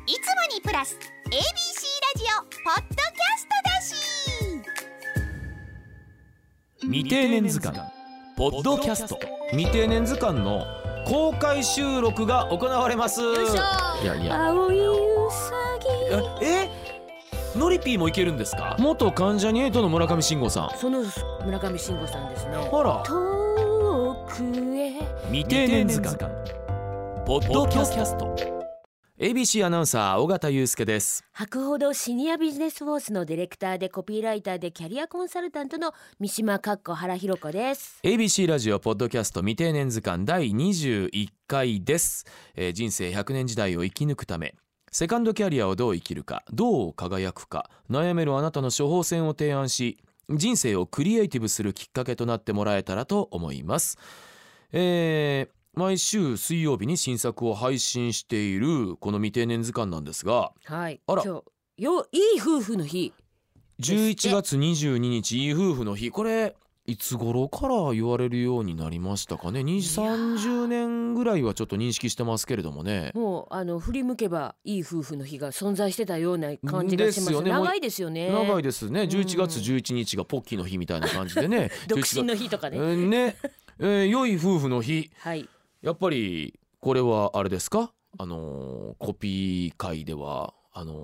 いつもにプラス ABC ラジオポッドキャストだし。 未定年図鑑ポッドキャスト、未定年図鑑の公開収録が行われます。 よいしょ。 青いウサギ。 ノリピーもいけるんですか？元関ジャニ∞の村上信五さん。 その村上信五さんですね。 ほら、 遠くへ。 未定年図鑑ポッドキャスト。 ABC アナウンサー尾形祐介です。 博報堂シニアビジネスフォースのディレクターでコピーライターでキャリアコンサルタントの三島原弘子です。 ABC ラジオポッドキャスト未定年図鑑第21回です。人生100年時代を生き抜くため、セカンドキャリアをどう生きるか、どう輝くか、悩めるあなたの処方箋を提案し、人生をクリエイティブするきっかけとなってもらえたらと思います。毎週水曜日に新作を配信しているこの未定年図鑑なんですが、 はい、 あら、 今日いい夫婦の日、 11月22日いい夫婦の日、これいつ頃から言われるようになりましたかね。20-30年ぐらいはちょっと認識してますけれどもね。 もう振り向けばいい夫婦の日が存在してたような感じがします。 ですよね。 長いですよね。 長いですね。11月11日がポッキーの日みたいな感じでね独身の日とかね、 良い夫婦の日、 はい、 やっぱりこれはあれですか、コピー界では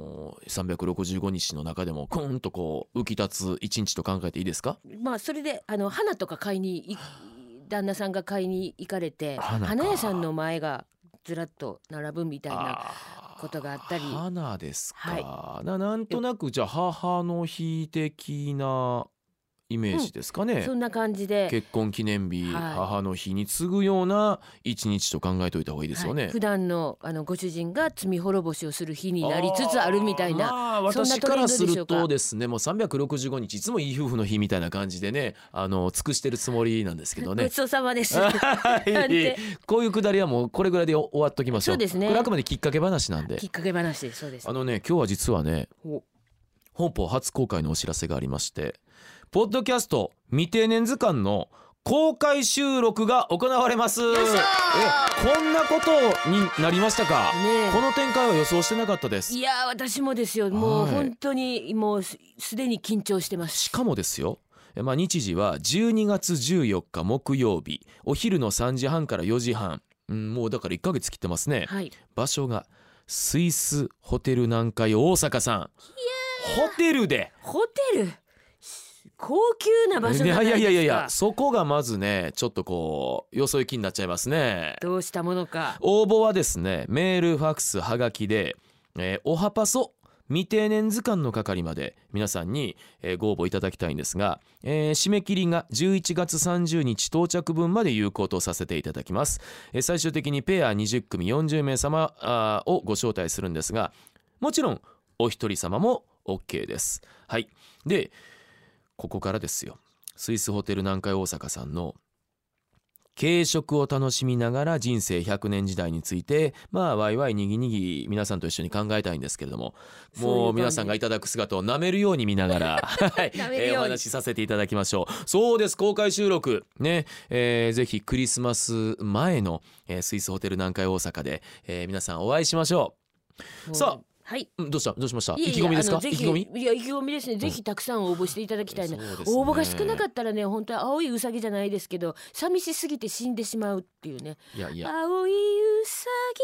365日の中でもクーンとこう浮き立つ一日と考えていいですか？ まあそれで花とか買いに旦那さんが買いに行かれて、花屋さんの前がずらっと並ぶみたいなことがあったり。 花ですか、 はい、 なんとなくじゃあ母の日的なイメージですかね、 そんな感じで結婚記念日、 はい、 母の日に次ぐような一日と考えておいた方がいいですよね、 普段のご主人が罪滅ぼしをする日になりつつあるみたいな、そんな私からするとですね、もう365日いつもいい夫婦の日みたいな感じでね、尽くしてるつもりなんですけどね。 ごちそうさまですこういうくだりはもうこれぐらいで終わっときましょう。 そうですね、 これあくまできっかけ話なんで。 きっかけ話です。そうです。 今日は実はね、本邦初公開のお知らせがありまして、ポッドキャスト未定年図鑑の公開収録が行われます。こんなことになりましたか、ね、この展開は予想してなかったです。 いや私もですよ。もう本当にもうすでに緊張してます。 しかもですよ、日時は12月14日木曜日お昼の3時半から4時半、もうだから1ヶ月切ってますね、はい、場所がスイスホテル南海大阪さん。ホテル高級な場所じゃないですか。 いやそこがまずね、ちょっとこうよそ行きになっちゃいますね。 どうしたものか。 応募はですね、メールファックスはがきで、おはパソ未定年図鑑の係まで皆さんに、ご応募いただきたいんですが、締め切りが11月30日到着分まで有効とさせていただきます。最終的にペア20組40名様をご招待するんですが、もちろんお一人様も OK です。はい。でここからですよ。スイスホテル南海大阪さんの軽食を楽しみながら人生100年時代についてワイワイにぎにぎ皆さんと一緒に考えたいんですけれども、もう皆さんがいただく姿を舐めるように見ながらお話しさせていただきましょう。そうです、公開収録ね、ぜひクリスマス前の、スイスホテル南海大阪で、皆さんお会いしましょう。さあ、はい、どうしました？意気込みですか？意気込みですね。ぜひたくさん応募していただきたいな、応募が少なかったらね、本当は青いウサギじゃないですけど、寂しすぎて死んでしまうっていうね。青いウサ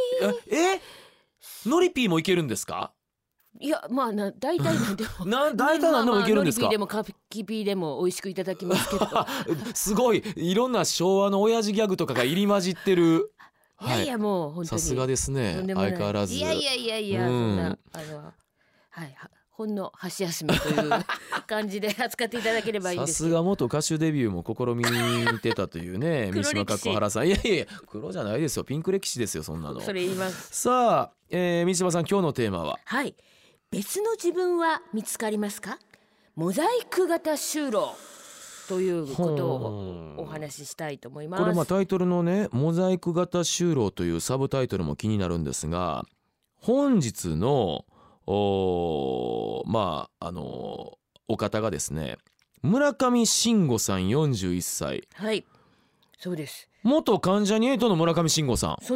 ギ。ノリピーもいけるんですか？ いや大体なんでも大体なんでもいけるんですか？ ノリピーでもカキピーでも美味しくいただきますけどすごいいろんな昭和の親父ギャグとかが入り混じってる。 いやもう本当にさすがですね、相変わらず。 いやそんなほんの箸休めという感じで扱っていただければいいです。 さすが元歌手デビューも試みてたというね三島原さん。いや黒じゃないですよ、ピンク歴史ですよ、そんなの。 それ言います。 さあ、三島さん今日のテーマは、 はい、別の自分は見つかりますか？モザイク型就労ということをお話ししたいと思います。 これタイトルのね、モザイク型就労というサブタイトルも気になるんですが、本日のお方がですね、村上信五さん41歳。 はい、そうです。 元関ジャニ∞の村上信五さん。 その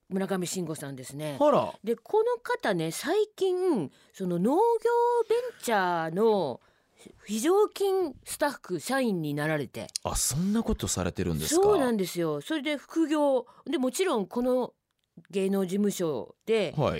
村上信五さんですね。 あら。 でこの方ね、最近その農業ベンチャーの非常勤スタッフ社員になられて。 あ、そんなことされてるんですか。 そうなんですよ。それで副業で、もちろんこの芸能事務所で、 はい。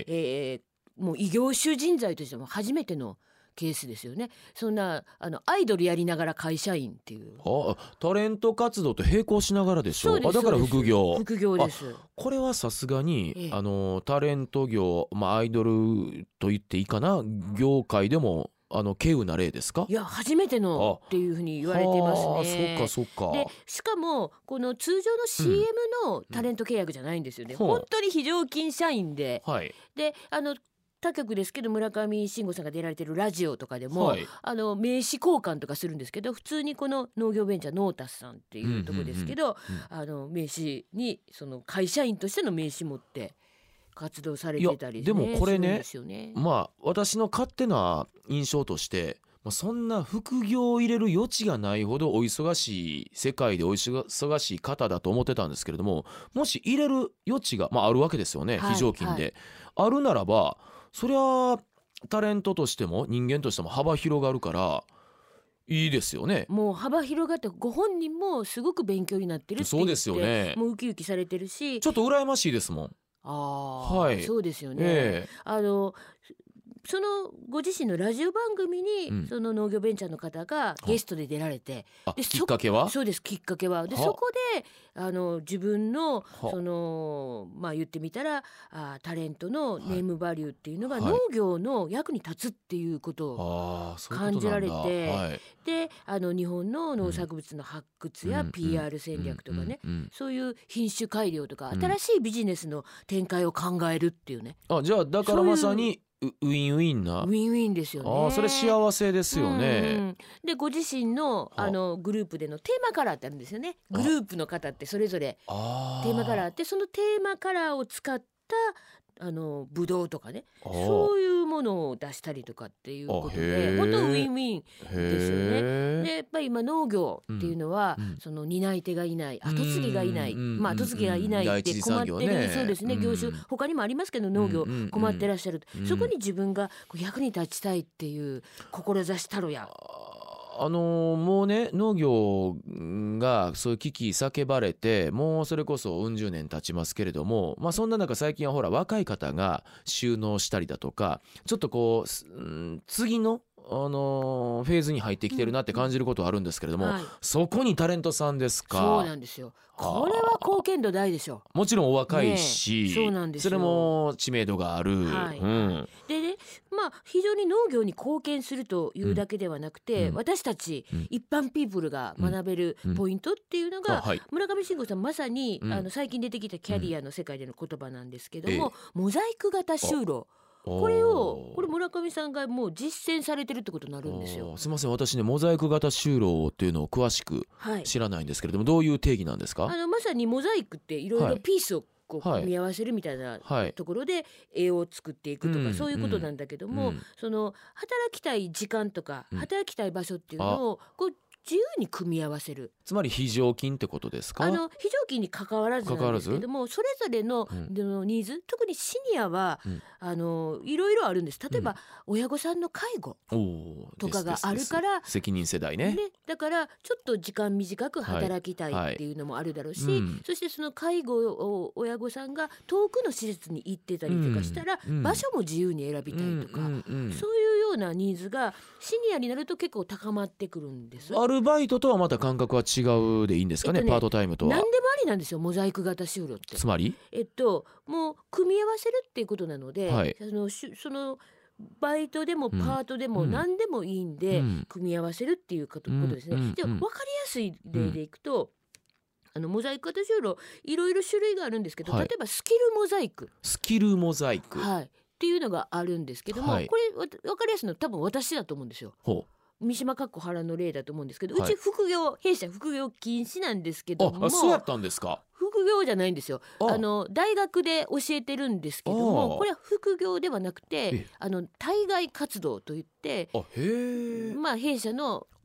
もう異業種人材としても初めてのケースですよね。そんなアイドルやりながら会社員っていう。 タレント活動と並行しながらでしょ。 そうです。 だから副業。 副業です。 これはさすがに、 ええ、 タレント業、アイドルと言っていいかな、業界でも稀有な例ですか。 いや初めてのっていうふうに言われてますね。 そっか。 でしかもこの通常の CM のタレント契約じゃないんですよね。本当に非常勤社員で、 はい、 で他局ですけど村上信五さんが出られてるラジオとかでも、 はい、 名刺交換とかするんですけど、普通にこの農業ベンチャーノータスさんっていうとこですけど、名刺にその会社員としての名刺持って活動されてたり、ね、 でもこれね、 するんですよね。 私の勝手な印象として、そんな副業を入れる余地がないほどお忙しい世界でお忙しい方だと思ってたんですけれども、もし入れる余地が、あるわけですよね、非常勤で、あるならばそりゃタレントとしても人間としても幅広がるからいいですよね。 もう幅広がって、ご本人もすごく勉強になってるって言って、 そうですよね。 もうウキウキされてるし、 ちょっと羨ましいですもん。はい、 そうですよね。そのご自身のラジオ番組に、その農業ベンチャーの方がゲストで出られて、 できっかけは？ そうです、きっかけはで、そこで自分のその言ってみたらタレントのネームバリューっていうのが農業の役に立つっていうことを感じられて、で日本の農作物の発掘や PR 戦略とかね、そういう品種改良とか新しいビジネスの展開を考えるっていうね。 じゃあだからまさにウィンウィンな。 ウィンウィンですよね。 それ幸せですよね。 でご自身のグループでのテーマカラーってあるんですよね。グループの方ってそれぞれテーマカラーあって、そのテーマカラーを使ったブドウとかね、そういうものを出したりとかっていうことで、本当ウィンウィンですよね。でやっぱり今農業っていうのは、その担い手がいない、後継ぎがいない、後継ぎがいないって困ってる、そうですね、業種他にもありますけど農業困ってらっしゃる、そこに自分が役に立ちたいっていう志たるや。 もうね、農業がそういう危機叫ばれてもうそれこそうん十年経ちますけれども、そんな中最近はほら若い方が就農したりだとか、ちょっとこう、次のフェーズに入ってきてるなって感じることはあるんですけれども、そこにタレントさんですか。 そうなんですよ。これは貢献度大でしょう。もちろんお若いし、 そうなんですよ。 それも知名度がある。 でね、非常に農業に貢献するというだけではなくて、私たち一般ピープルが学べるポイントっていうのが、村上信五さんまさに最近出てきたキャリアの世界での言葉なんですけども、モザイク型就労、これ村上さんがもう実践されてるってことになるんですよ。 すみません、私ねモザイク型就労っていうのを詳しく知らないんですけれども、どういう定義なんですか？ まさにモザイクっていろいろピースをこう組み合わせるみたいなところで絵を作っていくとか、そういうことなんだけども、その働きたい時間とか働きたい場所っていうのをこう自由に組み合わせる。 つまり非常勤ってことですか？ 非常勤に関わらずなんですけども、それぞれのニーズ、特にシニアはいろいろあるんです。例えば、親御さんの介護とかがあるから、 責任世代ね。 だからちょっと時間短く働きたいっていうのもあるだろうし、そしてその介護を親御さんが遠くの施設に行ってたりとかしたら、場所も自由に選びたいとか、そういうようなニーズがシニアになると結構高まってくるんです。 アルバイトとはまた感覚は違うでいいんですかね、パートタイムとは。 何でもありなんですよ、モザイク型就労って。 つまりもう組み合わせるっていうことなので、そのバイトでもパートでも何でもいいんで、組み合わせるっていうことですね。で分かりやすい例でいくと、モザイク型就労いろいろ種類があるんですけど、例えばスキルモザイクっていうのがあるんですけども、これ分かりやすいの多分私だと思うんですよ。三島かっこ原の例だと思うんですけど、うち弊社副業禁止なんですけども。 そうやったんですか？ 副業じゃないんですよ。大学で教えてるんですけども、これは副業ではなくて対外活動といって、弊社の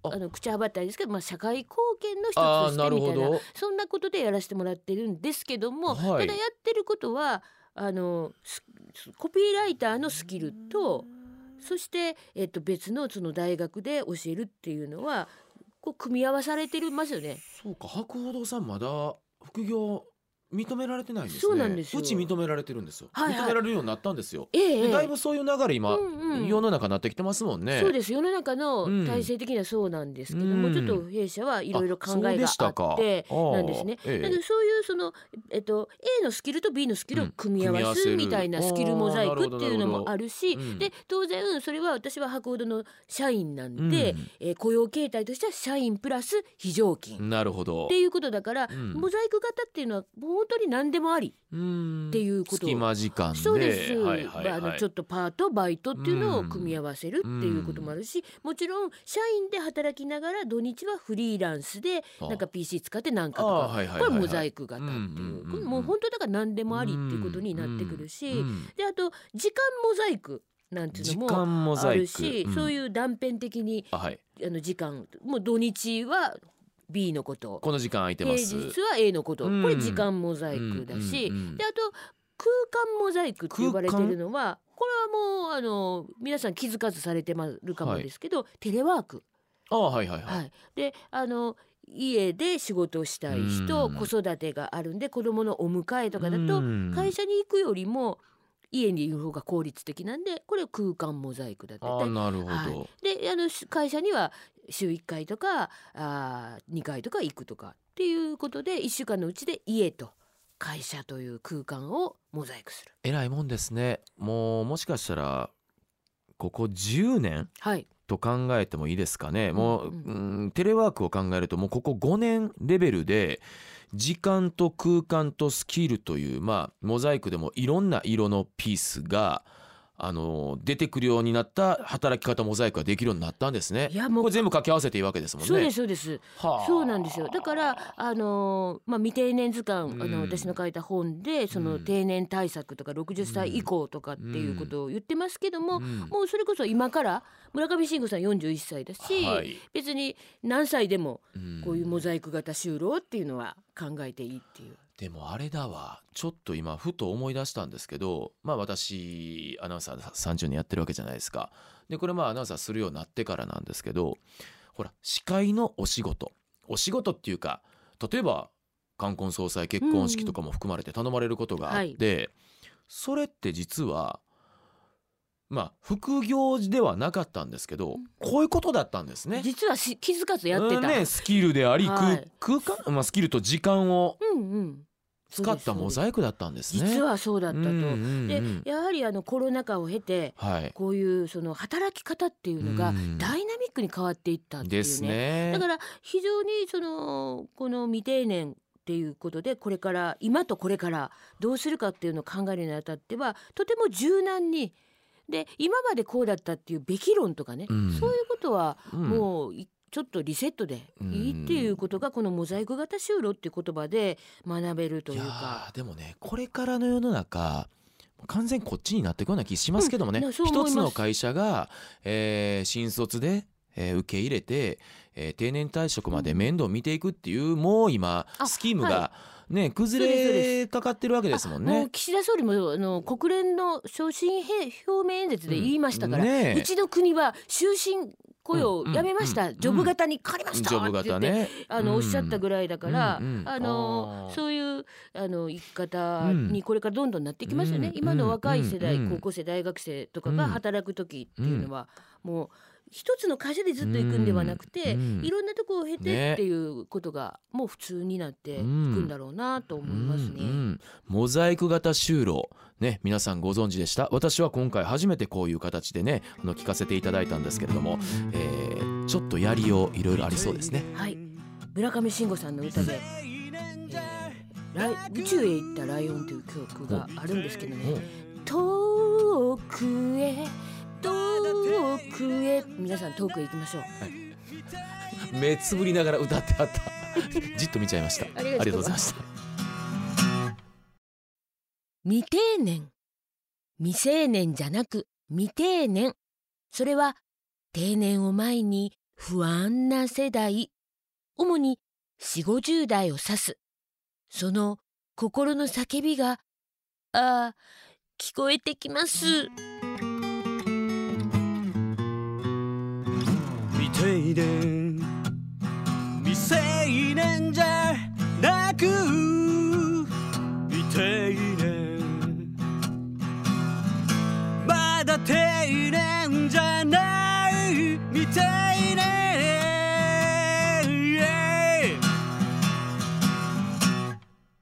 口はばったりですけど、社会貢献の一つあーとしてみたいななるほど。 そんなことでやらせてもらってるんですけども、 はいただやってることはコピーライターのスキルと、そして、別のその大学で教えるっていうのはこう組み合わされてますよね。 そうか、博報堂さんまだ副業認められてないんですね。 そうなんですよ。 うち認められてるんですよ、 はいはい認められるようになったんですよ。 ええでだいぶそういう流れ今、 うんうん世の中になってきてますもんね。 そうです。世の中のうん体制的にはそうなんですけども、 うんちょっと弊社はいろいろ考そうえがでしたか。 あってあーなんですね。 ええだけどそういうその、A のスキルと B のスキルを組み合わす組み合わせるみたいなスキルモザイクっていうのもあるし、 なるほどで当然それは私は博報堂の社員なんで、雇用形態としては社員プラス非常勤なるほどっていうことだから、 うんモザイク型っていうのは本当に何でもありっていうことを隙間時間でそうです、 はいはいはい、 ちょっとパートバイトっていうのを組み合わせるっていうこともあるし、もちろん社員で働きながら土日はフリーランスであなんか PC 使ってなんかとか、 あはいはいはいはいこれモザイク型っていう、 うんこれもう本当だから何でもありっていうことになってくるし、 うんであと時間モザイクなんていう時の間モもあザイクるし、そういう断片的にはい、 時間もう土日は B のことこの時間空いて平ます日は A のこと、 うんこれ時間モザイクだし、であと空間モザイクって呼ばれてるのはこれはもう皆さん気づかずされてるかもですけど、テレワーク、 はいはいはい、 で家で仕事をしたい人、 うん子育てがあるんで子どものお迎えとかだと会社に行くよりも家にいる方が効率的なんで、これ空間モザイクだってて、 なるほど、 で会社には週1回とか2回とか行くとかっていうことで1週間のうちで家と会社という空間をモザイクする。 えらいもんですね。もしかしたらここ10年はいと考えてもいいですかね。もう、 うんテレワークを考えるともうここ5年レベルで時間と空間とスキルという、モザイクでもいろんな色のピースが出てくるようになった働き方モザイクができるようになったんですね。 いやもうこれ全部掛け合わせていいわけですもんね。 そうですそうですはあ、 そうなんですよ。だから未定年図鑑、 うん私の書いた本でその定年対策とか60歳以降とかっていうことを言ってますけども、もうそれこそ今から村上信五さん41歳だし、 はい別に何歳でもこういうモザイク型就労っていうのは考えていいっていう。 でもあれだわ、ちょっと今ふと思い出したんですけど、私アナウンサー30年やってるわけじゃないですか。でこれアナウンサーするようになってからなんですけど、ほら司会のお仕事っていうか、例えば冠婚葬祭結婚式とかも含まれて頼まれることがあって、それって実は副業ではなかったんですけど、こういうことだったんですね。 実は気づかずやってた、 スキルであり、 はい空間、スキルと時間を使そうですったモザイクだったんですね。 実はそうだったと。ででやはりコロナ禍を経てこういうその働き方っていうのがダイナミックに変わっていったっていうですね。 だから非常にこの未定年っていうことでこれから今とこれからどうするかっていうのを考えるにあたってはとても柔軟に、で今までこうだったっていうべき論とかね、そういうことはもうちょっとリセットでいいっていうことがこのモザイク型就労っていう言葉で学べるというか。 でもね、これからの世の中完全にこっちになっていくような気しますけどもね、 そう思います一つの会社が、新卒で、受け入れて、定年退職まで面倒見ていくっていう、もう今スキームが、崩れかかってるわけですもんね。 もう岸田総理も国連の昇進表明演説で言いましたから、うちの国は終身雇用をやめました、ジョブ型に変わりましたって言って、おっしゃったぐらいだから、そういう生き方にこれからどんどんなっていきますよね。今の若い世代、高校生大学生とかが働く時っていうのはもう一つの会社でずっと行くんではなくて、いろんなとこを経てっていうことがもう普通になっていくんだろうなと思いますね。 モザイク型就労ね、皆さんご存知でした？私は今回初めてこういう形でね聞かせていただいたんですけれども、ちょっとやりよういろいろありそうですね。 はい、村上信五さんの歌で、宇宙へ行ったライオンという曲があるんですけどね、遠くへ遠くへ、皆さん遠くへ行きましょう。 目つぶりながら歌ってあったじっと見ちゃいました。ありがとうございました。 未定年、未成年じゃなく未定年、それは定年を前に不安な世代、主に4、50代を指す。その心の叫びが、聞こえてきます。 未定年、未成年じゃなく、未定年、まだ定年じゃない、未定年